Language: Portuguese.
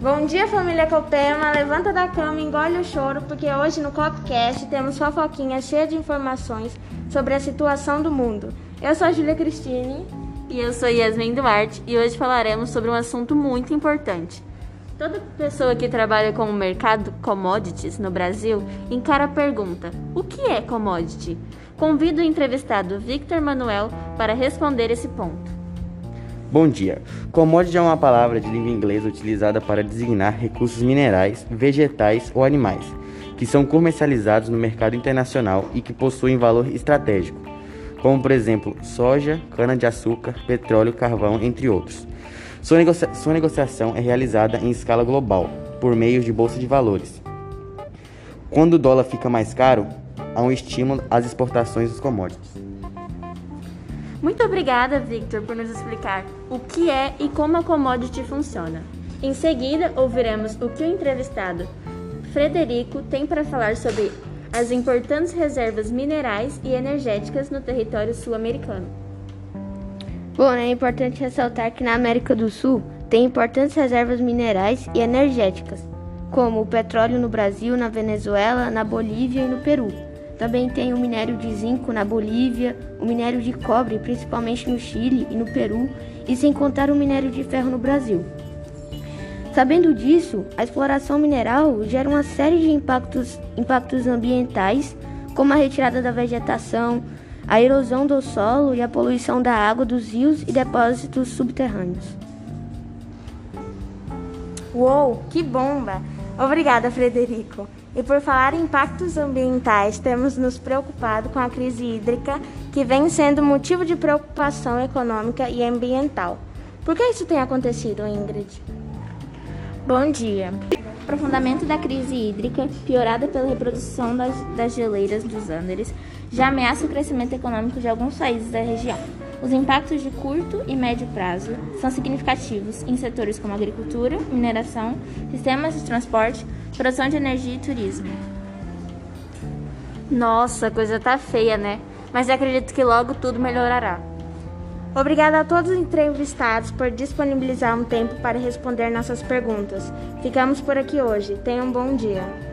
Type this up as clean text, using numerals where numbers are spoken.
Bom dia, família Copema. Levanta da cama e engole o choro, porque hoje no Copcast temos fofoquinha cheia de informações sobre a situação do mundo. Eu sou a Júlia Cristine. E eu sou Yasmin Duarte e hoje falaremos sobre um assunto muito importante. Toda pessoa que trabalha com o mercado commodities no Brasil encara a pergunta: o que é commodity? Convido o entrevistado Victor Manuel para responder esse ponto. Bom dia. Commodity é uma palavra de língua inglesa utilizada para designar recursos minerais, vegetais ou animais, que são comercializados no mercado internacional e que possuem valor estratégico, como por exemplo soja, cana-de-açúcar, petróleo, carvão, entre outros. Sua negociação é realizada em escala global, por meio de bolsa de valores. Quando o dólar fica mais caro, há um estímulo às exportações dos commodities. Muito obrigada, Victor, por nos explicar o que é e como a commodity funciona. Em seguida, ouviremos o que o entrevistado Frederico tem para falar sobre as importantes reservas minerais e energéticas no território sul-americano. Bom, é importante ressaltar que na América do Sul tem importantes reservas minerais e energéticas, como o petróleo no Brasil, na Venezuela, na Bolívia e no Peru. Também tem o minério de zinco na Bolívia, o minério de cobre, principalmente no Chile e no Peru, e sem contar o minério de ferro no Brasil. Sabendo disso, a exploração mineral gera uma série de impactos ambientais, como a retirada da vegetação, a erosão do solo e a poluição da água dos rios e depósitos subterrâneos. Uou, que bomba! Obrigada, Frederico. E por falar em impactos ambientais, temos nos preocupado com a crise hídrica, que vem sendo motivo de preocupação econômica e ambiental. Por que isso tem acontecido, Ingrid? Bom dia. O aprofundamento da crise hídrica, piorada pela reprodução das geleiras dos Andes, já ameaça o crescimento econômico de alguns países da região. Os impactos de curto e médio prazo são significativos em setores como agricultura, mineração, sistemas de transporte, produção de energia e turismo. Nossa, a coisa tá feia, né? Mas eu acredito que logo tudo melhorará. Obrigada a todos os entrevistados por disponibilizar um tempo para responder nossas perguntas. Ficamos por aqui hoje. Tenham um bom dia.